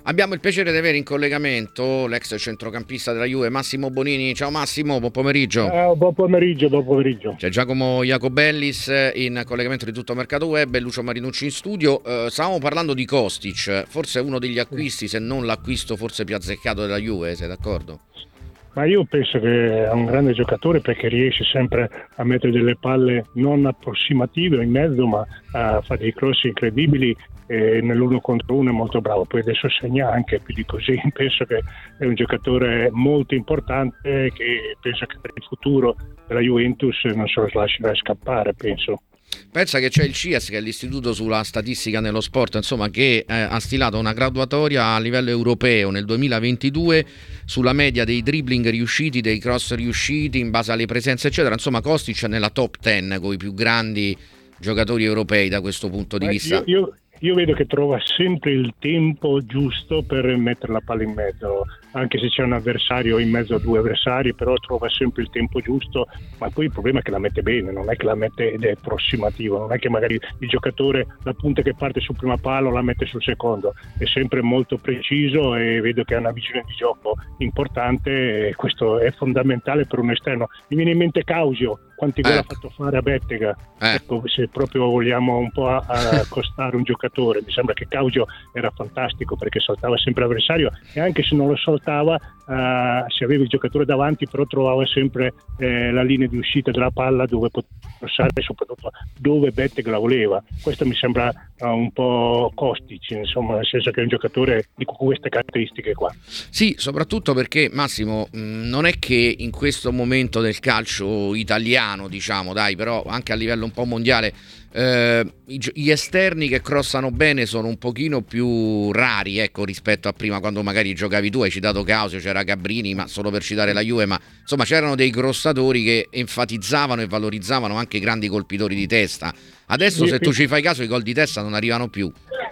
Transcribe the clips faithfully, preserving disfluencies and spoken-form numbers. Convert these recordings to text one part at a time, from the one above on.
Abbiamo il piacere di avere in collegamento l'ex centrocampista della Juve, Massimo Bonini. Ciao Massimo, buon pomeriggio. Eh, buon pomeriggio, buon pomeriggio. C'è Giacomo Jacobellis in collegamento di Tutto Mercato Web e Lucio Marinucci in studio. Eh, stavamo parlando di Kostic, forse uno degli acquisti, se non l'acquisto forse più azzeccato della Juve, sei d'accordo? Ma io penso che è un grande giocatore perché riesce sempre a mettere delle palle non approssimative in mezzo, ma a fare dei cross incredibili, e nell'uno contro uno è molto bravo. Poi adesso segna anche più di così. Penso che è un giocatore molto importante che penso che per il futuro della Juventus non se lo lascerà scappare, penso. Pensa che c'è il C I A S, che è l'Istituto sulla Statistica nello Sport, insomma, che eh, ha stilato una graduatoria a livello europeo nel duemilaventidue sulla media dei dribbling riusciti, dei cross riusciti in base alle presenze eccetera. Insomma, Kostic è nella top dieci con i più grandi giocatori europei da questo punto di Ma vista. Io, io, io vedo che trova sempre il tempo giusto per mettere la palla in mezzo, anche se c'è un avversario in mezzo a due avversari, però trova sempre il tempo giusto. Ma poi il problema è che la mette bene, non è che la mette ed è approssimativo, non è che magari il giocatore, la punta che parte sul primo palo la mette sul secondo, è sempre molto preciso e vedo che ha una visione di gioco importante, e questo è fondamentale per un esterno. Mi viene in mente Causio, quanti gol ecco. ha fatto fare a Bettega. Eh. Ecco, se proprio vogliamo un po' accostare un giocatore, mi sembra che Causio era fantastico perché saltava sempre l'avversario, e anche se non lo saltava, uh, se aveva il giocatore davanti, però trovava sempre eh, la linea di uscita della palla dove poteva passare, e soprattutto dove Bettega la voleva. Questo mi sembra uh, un po' Kostic, insomma, nel senso che è un giocatore di queste caratteristiche qua. Sì, soprattutto perché Massimo, mh, non è che in questo momento del calcio italiano, diciamo, dai, però anche a livello un po' mondiale, eh, gli esterni che crossano bene sono un pochino più rari, ecco, rispetto a prima, quando magari giocavi tu. Hai citato Causio, c'era Gabrini, ma solo per citare la Juve, ma insomma c'erano dei crossatori che enfatizzavano e valorizzavano anche i grandi colpitori di testa. Adesso, se tu ci fai caso, i gol di testa non arrivano più.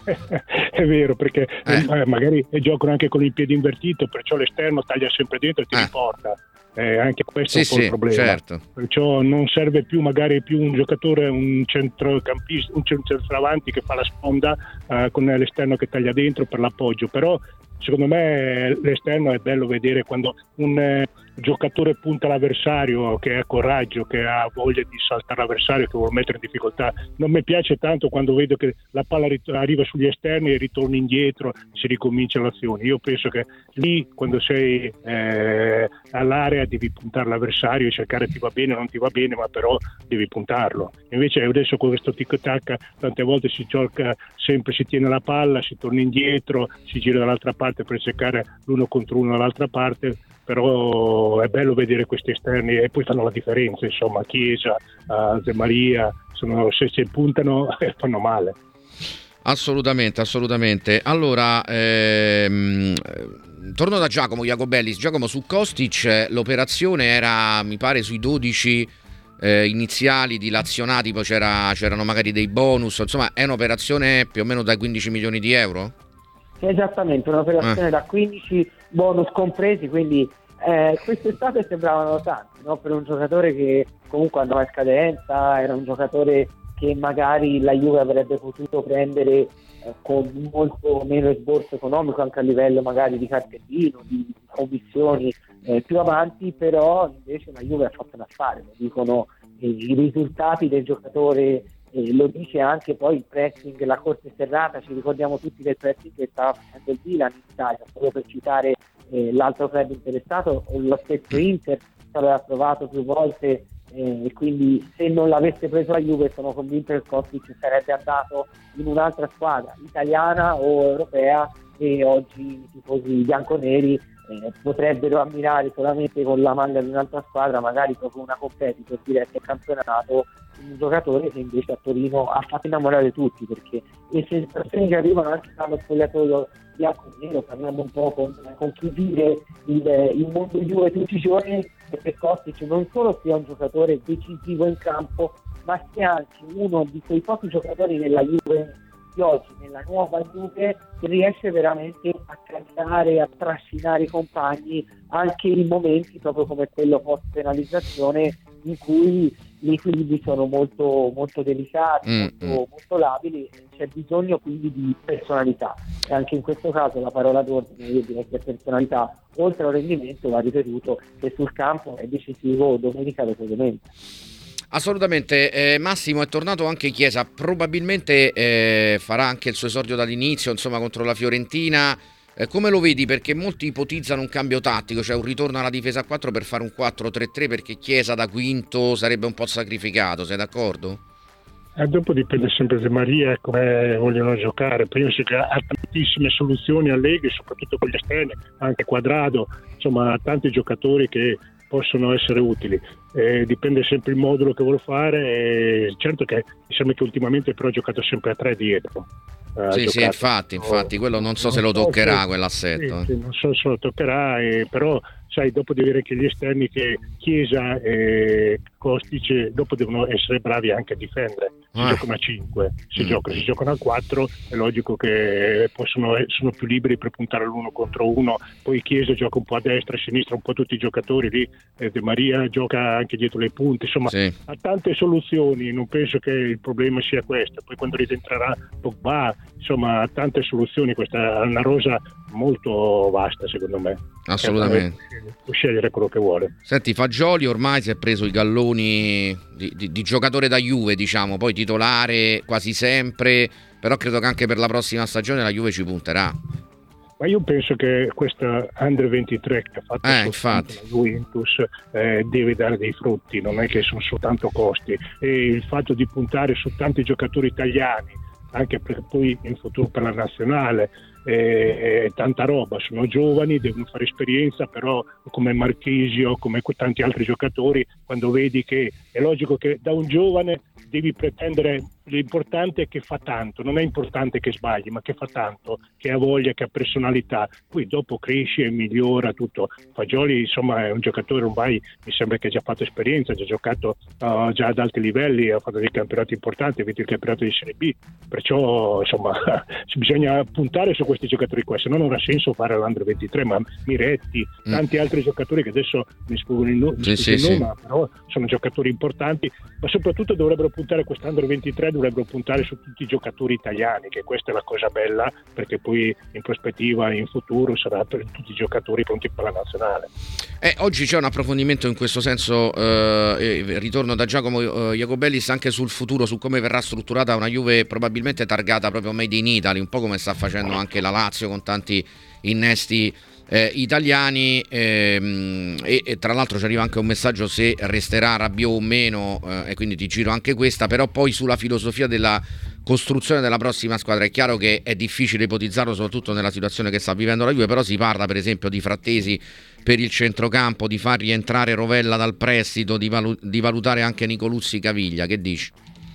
È vero, perché eh. magari giocano anche con il piede invertito, perciò l'esterno taglia sempre dentro e ti eh. riporta. Eh, anche questo sì, è un po' sì, il problema. Certo. Perciò non serve più magari più un giocatore, un centrocampista, un centravanti che fa la sponda eh, con l'esterno che taglia dentro per l'appoggio. Però secondo me l'esterno è bello vedere quando un eh, giocatore punta l'avversario, che ha coraggio, che ha voglia di saltare l'avversario, che vuole mettere in difficoltà. Non mi piace tanto quando vedo che la palla rit- arriva sugli esterni e ritorna indietro, si ricomincia l'azione. Io penso che lì, quando sei eh, all'area, devi puntare l'avversario e cercare ti va bene o non ti va bene, ma però devi puntarlo. Invece adesso con questo tic-tac tante volte si gioca sempre, si tiene la palla, si torna indietro, si gira dall'altra parte per cercare l'uno contro uno dall'altra parte. Però è bello vedere questi esterni e poi fanno la differenza, insomma. Chiesa, uh, De Maria, sono, se si puntano fanno male. Assolutamente, assolutamente. Allora, ehm, torno da Giacomo Jacobellis. Giacomo, su Kostic l'operazione era, mi pare, sui dodici eh, iniziali dilazionati, poi c'era, c'erano magari dei bonus, insomma è un'operazione più o meno da quindici milioni di euro? Esattamente, un'operazione eh. da quindici bonus compresi, quindi eh, quest'estate sembravano tanti, no? Per un giocatore che comunque andava in scadenza, era un giocatore che magari la Juve avrebbe potuto prendere eh, con molto meno esborso economico, anche a livello magari di cartellino, di commissioni eh, più avanti, però invece la Juve ha fatto un affare, lo dicono eh, i risultati del giocatore. E lo dice anche poi il pressing, la corte serrata. Ci ricordiamo tutti del pressing che stava facendo il Milan in Italia, solo per citare eh, l'altro club interessato, o lo stesso Inter l'aveva provato più volte, eh, e quindi se non l'avesse preso la Juve sono convinto che Kostic sarebbe andato in un'altra squadra italiana o europea, e oggi i tifosi bianconeri Eh, potrebbero ammirare solamente con la maglia di un'altra squadra, magari proprio una competitor diretta al campionato, un giocatore che invece a Torino ha fatto innamorare tutti, perché le sensazioni che arrivano anche dallo spogliatoio bianco-nero, parliamo un po' con, con chi vive il, il mondo Juve tutti i giorni, perché Kostic non solo sia un giocatore decisivo in campo, ma sia anche uno di quei pochi giocatori nella Juve di oggi, nella nuova Juve, che riesce veramente a cantare, a trascinare i compagni anche in momenti proprio come quello post penalizzazione, in cui gli equilibri sono molto, molto delicati, mm, molto, mm. molto labili, c'è bisogno quindi di personalità, e anche in questo caso la parola d'ordine io direi che è personalità. Oltre al rendimento va ripetuto che sul campo è decisivo domenica dopo domenica. Assolutamente, eh, Massimo, è tornato anche Chiesa, probabilmente eh, farà anche il suo esordio dall'inizio, insomma, contro la Fiorentina. Eh, come lo vedi? Perché molti ipotizzano un cambio tattico, cioè un ritorno alla difesa a quattro per fare un quattro tre tre, perché Chiesa da quinto sarebbe un po' sacrificato, sei d'accordo? Eh, dopo dipende sempre da Maria e come vogliono giocare. Penso che ha tantissime soluzioni Allegri, soprattutto con gli esterni, anche Quadrado, insomma ha tanti giocatori che possono essere utili. Eh, dipende sempre il modulo che vuole fare, e certo che mi sembra che ultimamente però ha giocato sempre a tre dietro. Uh, sì, sì, infatti, infatti, quello non so non se lo toccherà, so, quell'assetto. Sì, sì, non so se lo toccherà, eh, però sai, dopo devi avere che gli esterni, che Chiesa e Kostic, dopo devono essere bravi anche a difendere. Si ah. giocano a cinque, si, mm. gioca, si giocano a quattro, è logico che possono, sono più liberi per puntare l'uno contro uno. Poi Chiesa gioca un po' a destra e a sinistra, un po' tutti i giocatori lì, eh, De Maria gioca anche dietro le punte, insomma sì. Ha tante soluzioni, non penso che il problema sia questo. Poi quando rientrerà Pogba, insomma ha tante soluzioni, questa è una rosa molto vasta secondo me. Assolutamente. Può scegliere quello che vuole. Senti, Fagioli ormai si è preso i galloni di, di, di giocatore da Juve, diciamo, poi titolare quasi sempre, però credo che anche per la prossima stagione la Juve ci punterà. Ma io penso che questa Under ventitré che ha fatto eh, la Juventus eh, deve dare dei frutti, non è che sono soltanto costi, e il fatto di puntare su tanti giocatori italiani, anche per poi in futuro per la nazionale, eh, tanta roba, sono giovani, devono fare esperienza, però come Marchisio, come tanti altri giocatori, quando vedi che è logico che da un giovane devi pretendere, l'importante è che fa tanto, non è importante che sbagli, ma che fa tanto, che ha voglia, che ha personalità, poi dopo cresce e migliora tutto. Fagioli insomma è un giocatore ormai, mi sembra che ha già fatto esperienza, ha già giocato uh, già ad alti livelli, ha fatto dei campionati importanti, ha vinto il campionato di Serie B, perciò insomma bisogna puntare su questi giocatori qua, se no non ha senso fare l'Under ventitré, ma Miretti, tanti mm. altri giocatori che adesso mi sfuggono il nome, sì, sì, sì. nome, però sono giocatori importanti, ma soprattutto dovrebbero puntare quest'Under ventitré, dovrebbero puntare su tutti i giocatori italiani, che questa è la cosa bella, perché poi in prospettiva, in futuro sarà per tutti i giocatori pronti per la nazionale. Eh, oggi c'è un approfondimento in questo senso, eh, ritorno da Giacomo eh, Jacobellis anche sul futuro, su come verrà strutturata una Juve probabilmente targata proprio Made in Italy, un po' come sta facendo anche la Lazio con tanti innesti eh, italiani, ehm, e, e tra l'altro ci arriva anche un messaggio se resterà Rabiot o meno, eh, e quindi ti giro anche questa, però poi sulla filosofia della costruzione della prossima squadra è chiaro che è difficile ipotizzarlo, soprattutto nella situazione che sta vivendo la Juve, però si parla per esempio di Frattesi per il centrocampo, di far rientrare Rovella dal prestito, di, valu- di valutare anche Nicoluzzi Caviglia. Che dici?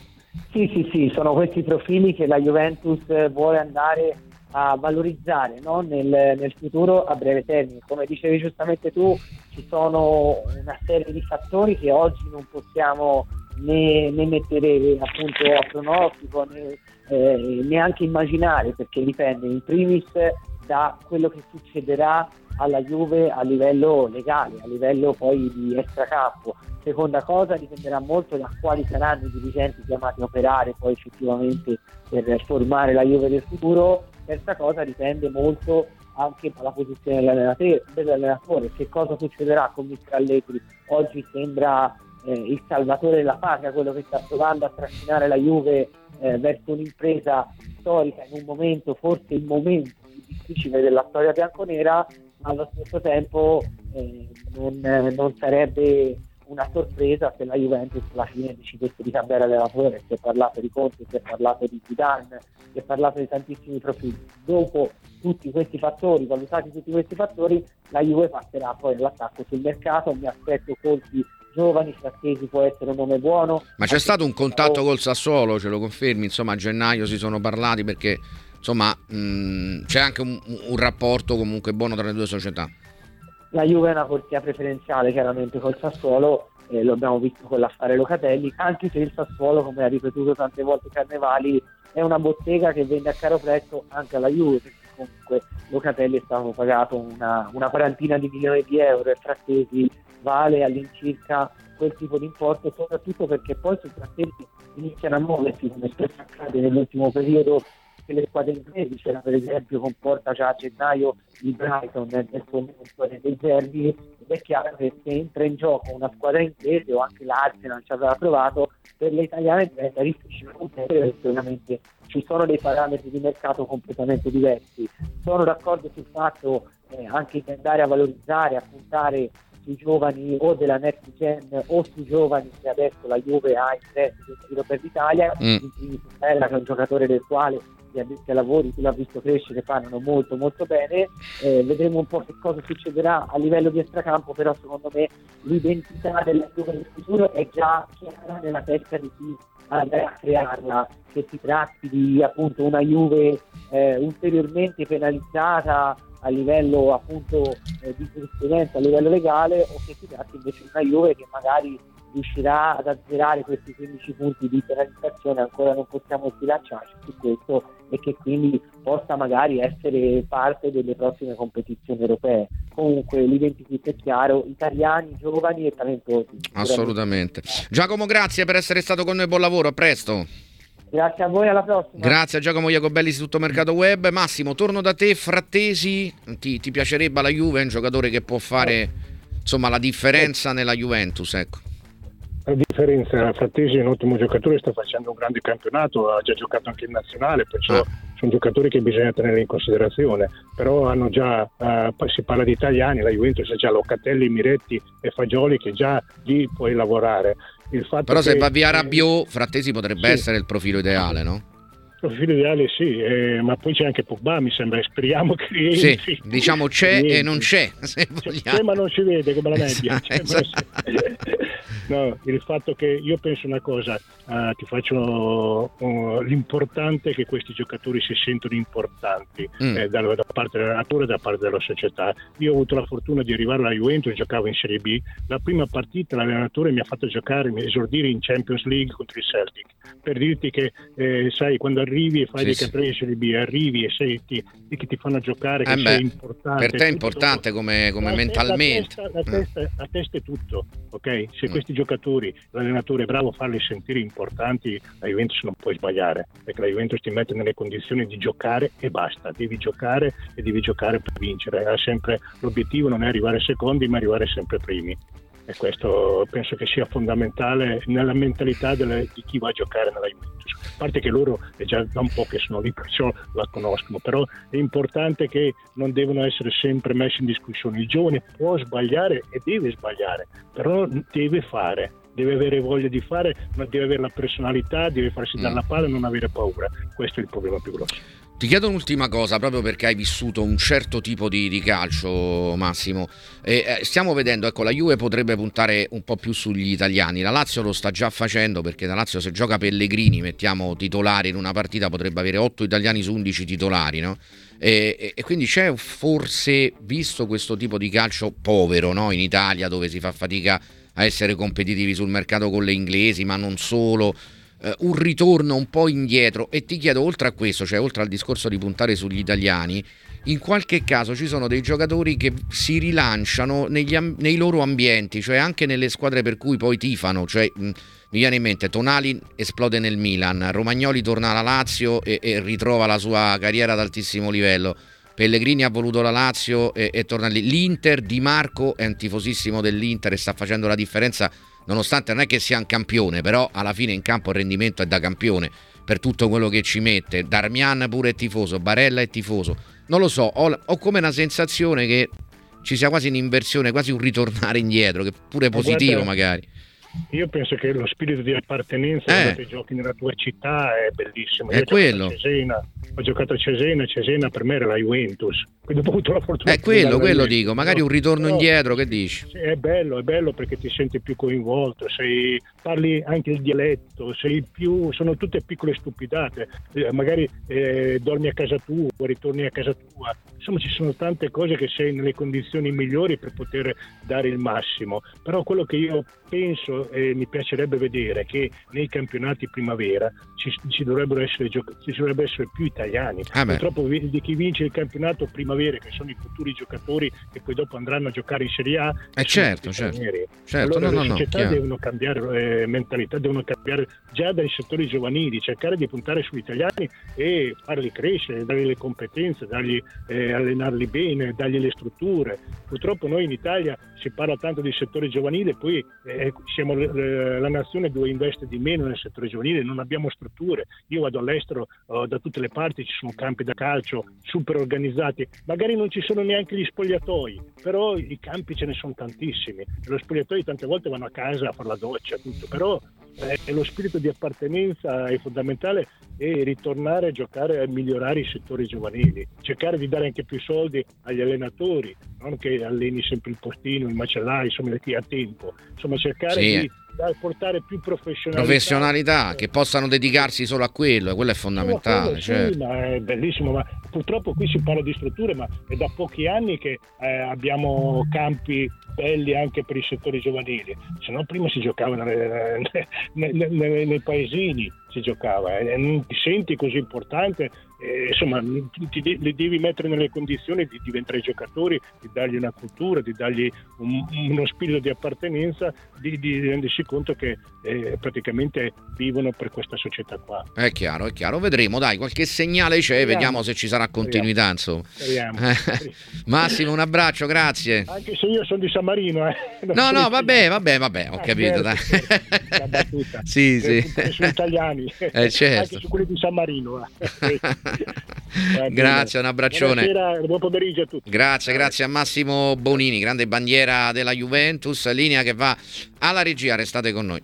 Sì, sì, sì, sono questi profili che la Juventus vuole andare a valorizzare, no? nel, nel futuro a breve termine. Come dicevi giustamente tu, ci sono una serie di fattori che oggi non possiamo né, né mettere appunto a pronostico né eh, neanche immaginare, perché dipende in primis da quello che succederà alla Juve a livello legale, a livello poi di extracampo. Seconda cosa, dipenderà molto da quali saranno i dirigenti chiamati a operare poi effettivamente per formare la Juve del futuro. Terza cosa, dipende molto anche dalla posizione dell'allenatore, dell'allenatore. Che cosa succederà con mister Allegri? Oggi sembra eh, il salvatore della patria, quello che sta provando a trascinare la Juve eh, verso un'impresa storica in un momento, forse il momento più difficile della storia bianconera, ma allo stesso tempo eh, non, non sarebbe una sorpresa se la Juventus alla fine decidesse di cambiare allenatore. Si è parlato di Conte, si è parlato di Zidane, si è parlato di tantissimi profili. Dopo tutti questi fattori, valutati tutti questi fattori, la Juve passerà poi all'attacco sul mercato. Mi aspetto colpi giovani, Frattesi può essere un nome buono. Ma c'è stato un contatto col Sassuolo, ce lo confermi? Insomma, a gennaio si sono parlati, perché insomma mh, c'è anche un, un rapporto comunque buono tra le due società. La Juve è una corsia preferenziale chiaramente col Sassuolo, eh, lo abbiamo visto con l'affare Locatelli, anche se il Sassuolo, come ha ripetuto tante volte Carnevali, è una bottega che vende a caro prezzo anche alla Juve, perché comunque Locatelli è stato pagato una, una quarantina di milioni di euro e Frattesi vale all'incirca quel tipo di importo, soprattutto perché poi sui frattesi iniziano a muoversi, come spesso accade nell'ultimo periodo, che le squadre inglesi, c'era per esempio con Porta già a gennaio il Brighton nel momento dei derby, ed è chiaro che se entra in gioco una squadra inglese o anche l'Arsenal ci aveva provato, per le italiane diventa difficile competere, perché ovviamente ci sono dei parametri di mercato completamente diversi. Sono d'accordo sul fatto eh, anche di andare a valorizzare, a puntare sui giovani o della next gen o sui giovani che adesso la Juve ha in prestito in giro per l'Italia, mm. in primis Bella, che è un giocatore del quale gli addetti ai lavori, chi l'ha visto crescere, parlano molto molto bene. Eh, vedremo un po' che cosa succederà a livello di extracampo, però secondo me l'identità della Juve del futuro è già chiara nella testa di chi andrà a crearla, che si tratti di appunto una Juve eh, ulteriormente penalizzata a livello appunto eh, di giurisprudenza, a livello legale, o che si tratti invece di una Juve che magari riuscirà ad azzerare questi quindici punti di penalizzazione. Ancora non possiamo sbilanciarci su questo, e che quindi possa magari essere parte delle prossime competizioni europee. Comunque l'identikit è chiaro: italiani, giovani e talentosi. Assolutamente. Giacomo, grazie per essere stato con noi, buon lavoro, a presto. Grazie a voi, alla prossima. Grazie a Giacomo Iacobelli, Istituto Mercato Web. Massimo, torno da te. Frattesi, ti, ti piacerebbe la Juve? È un giocatore che può fare insomma la differenza nella Juventus, ecco. La differenza, Frattesi è un ottimo giocatore, sta facendo un grande campionato, ha già giocato anche in nazionale, perciò ah. sono giocatori che bisogna tenere in considerazione. Però hanno già, uh, si parla di italiani, la Juventus ha già Locatelli, Miretti e Fagioli, che già lì puoi lavorare. Il fatto Però che, se va via Rabiot, Frattesi potrebbe sì. essere il profilo ideale, no? Il profilo ideale sì, eh, ma poi c'è anche Pogba, mi sembra, speriamo che rientri. Sì, diciamo c'è rientri. E non c'è, se c'è, c'è ma non si vede come la nebbia. Esatto, esatto. No, il fatto che io penso una cosa, uh, ti faccio uh, l'importante è che questi giocatori si sentono importanti mm. eh, da, da parte dell'allenatore e da parte della società. Io ho avuto la fortuna di arrivare alla Juventus, giocavo in Serie B, la prima partita l'allenatore mi ha fatto giocare, mi esordire in Champions League contro il Celtic, per dirti che eh, sai, quando arrivi e fai sì, dei campioni di Serie B, arrivi e senti che ti fanno giocare, che eh sei beh, importante. Per te è importante dopo. come, come la mentalmente. La testa, la, testa, mm. la testa è tutto, ok? Se mm. questi giocatori, l'allenatore è bravo a farli sentire importanti, la Juventus non puoi sbagliare, perché la Juventus ti mette nelle condizioni di giocare e basta, devi giocare e devi giocare per vincere. Ha sempre l'obiettivo non è arrivare secondi, ma arrivare sempre primi, e questo penso che sia fondamentale nella mentalità delle, di chi va a giocare nella Juventus. A parte che loro è già da un po' che sono lì, perciò la conoscono, però è importante che non devono essere sempre messi in discussione. Il giovane può sbagliare e deve sbagliare, però deve fare, deve avere voglia di fare, ma deve avere la personalità, deve farsi dare la palla e non avere paura. Questo è il problema più grosso. Ti chiedo un'ultima cosa, proprio perché hai vissuto un certo tipo di, di calcio, Massimo. Eh, eh, stiamo vedendo, ecco, la Juve potrebbe puntare un po' più sugli italiani, la Lazio lo sta già facendo, perché la Lazio, se gioca Pellegrini, mettiamo titolare in una partita, potrebbe avere otto italiani su undici titolari, no? E, e, e quindi c'è forse, visto questo tipo di calcio povero, no? In Italia, dove si fa fatica a essere competitivi sul mercato con le inglesi, ma non solo, un ritorno un po' indietro. E ti chiedo, oltre a questo, cioè oltre al discorso di puntare sugli italiani, in qualche caso ci sono dei giocatori che si rilanciano negli, nei loro ambienti, cioè anche nelle squadre per cui poi tifano, cioè mh, mi viene in mente Tonali esplode nel Milan, Romagnoli torna alla Lazio e, e ritrova la sua carriera ad altissimo livello, Pellegrini ha voluto la Lazio e, e torna lì, l'Inter, Di Marco è un tifosissimo dell'Inter e sta facendo la differenza, nonostante non è che sia un campione, però alla fine in campo il rendimento è da campione per tutto quello che ci mette. Darmian pure è tifoso, Barella è tifoso, non lo so, ho, ho come una sensazione che ci sia quasi un'inversione, quasi un ritornare indietro, che pure è positivo. Guarda, magari io penso che lo spirito di appartenenza eh. quando ti giochi nella tua città è bellissimo. È io ho quello. Giocato a Cesena, ho giocato a Cesena, Cesena per me era la Juventus, quindi ho avuto la fortuna. È quello, quello dico, magari un ritorno no, indietro, che dici? È bello, è bello perché ti senti più coinvolto, sei, parli anche il dialetto, sei più, sono tutte piccole stupidate, eh, magari eh, dormi a casa tua, ritorni a casa tua, insomma ci sono tante cose che sei nelle condizioni migliori per poter dare il massimo. Però quello che io penso e mi piacerebbe vedere è che nei campionati primavera ci, ci dovrebbero essere gioc- ci dovrebbero essere più italiani. Ah, purtroppo di chi vince il campionato primavera avere, che sono i futuri giocatori che poi dopo andranno a giocare in Serie A. Eh certo, certo, certo. Allora no, le no, società no, devono cambiare eh, mentalità, devono cambiare già dai settori giovanili, cercare di puntare sugli italiani e farli crescere, dargli le competenze, dargli, eh, allenarli bene, dargli le strutture. Purtroppo noi in Italia si parla tanto di settore giovanile, poi eh, siamo eh, la nazione dove investe di meno nel settore giovanile, non abbiamo strutture. Io vado all'estero, oh, da tutte le parti ci sono campi da calcio super organizzati, magari non ci sono neanche gli spogliatoi, però i campi ce ne sono tantissimi, e lo spogliatoi tante volte vanno a casa a fare la doccia, tutto, però eh, lo spirito di appartenenza è fondamentale, e ritornare a giocare a migliorare i settori giovanili, cercare di dare anche più soldi agli allenatori, non che alleni sempre il postino, il macellaio, insomma chi ha tempo, insomma cercare sì. di portare più professionalità, professionalità che possano dedicarsi solo a quello, quello è fondamentale. Quello, certo. Sì, ma è bellissimo, ma purtroppo qui si parla di strutture, ma è da pochi anni che eh, abbiamo campi belli anche per i settori giovanili, se no prima si giocava nei, nei, nei, nei paesini, si giocava e non ti senti così importante, eh, insomma ti, ti, li devi mettere nelle condizioni di diventare giocatori, di dargli una cultura, di dargli un, uno spirito di appartenenza, di, di rendersi conto che eh, praticamente vivono per questa società qua. È chiaro, è chiaro, vedremo, dai, qualche segnale c'è, speriamo. Vediamo se ci sarà continuità, insomma. Speriamo. Massimo, un abbraccio, grazie. Anche se io sono di San Marino, eh. No, no, vabbè, vabbè, vabbè, ho ah, capito, certo, dai. Certo, la battuta. Sì, sì. Sono italiani. Eh, certo. Anche su quelli di San Marino. Eh. Grazie, un abbraccione. Buonasera, buon pomeriggio a tutti. Grazie, grazie a Massimo Bonini, grande bandiera della Juventus, linea che va alla regia, restate con noi.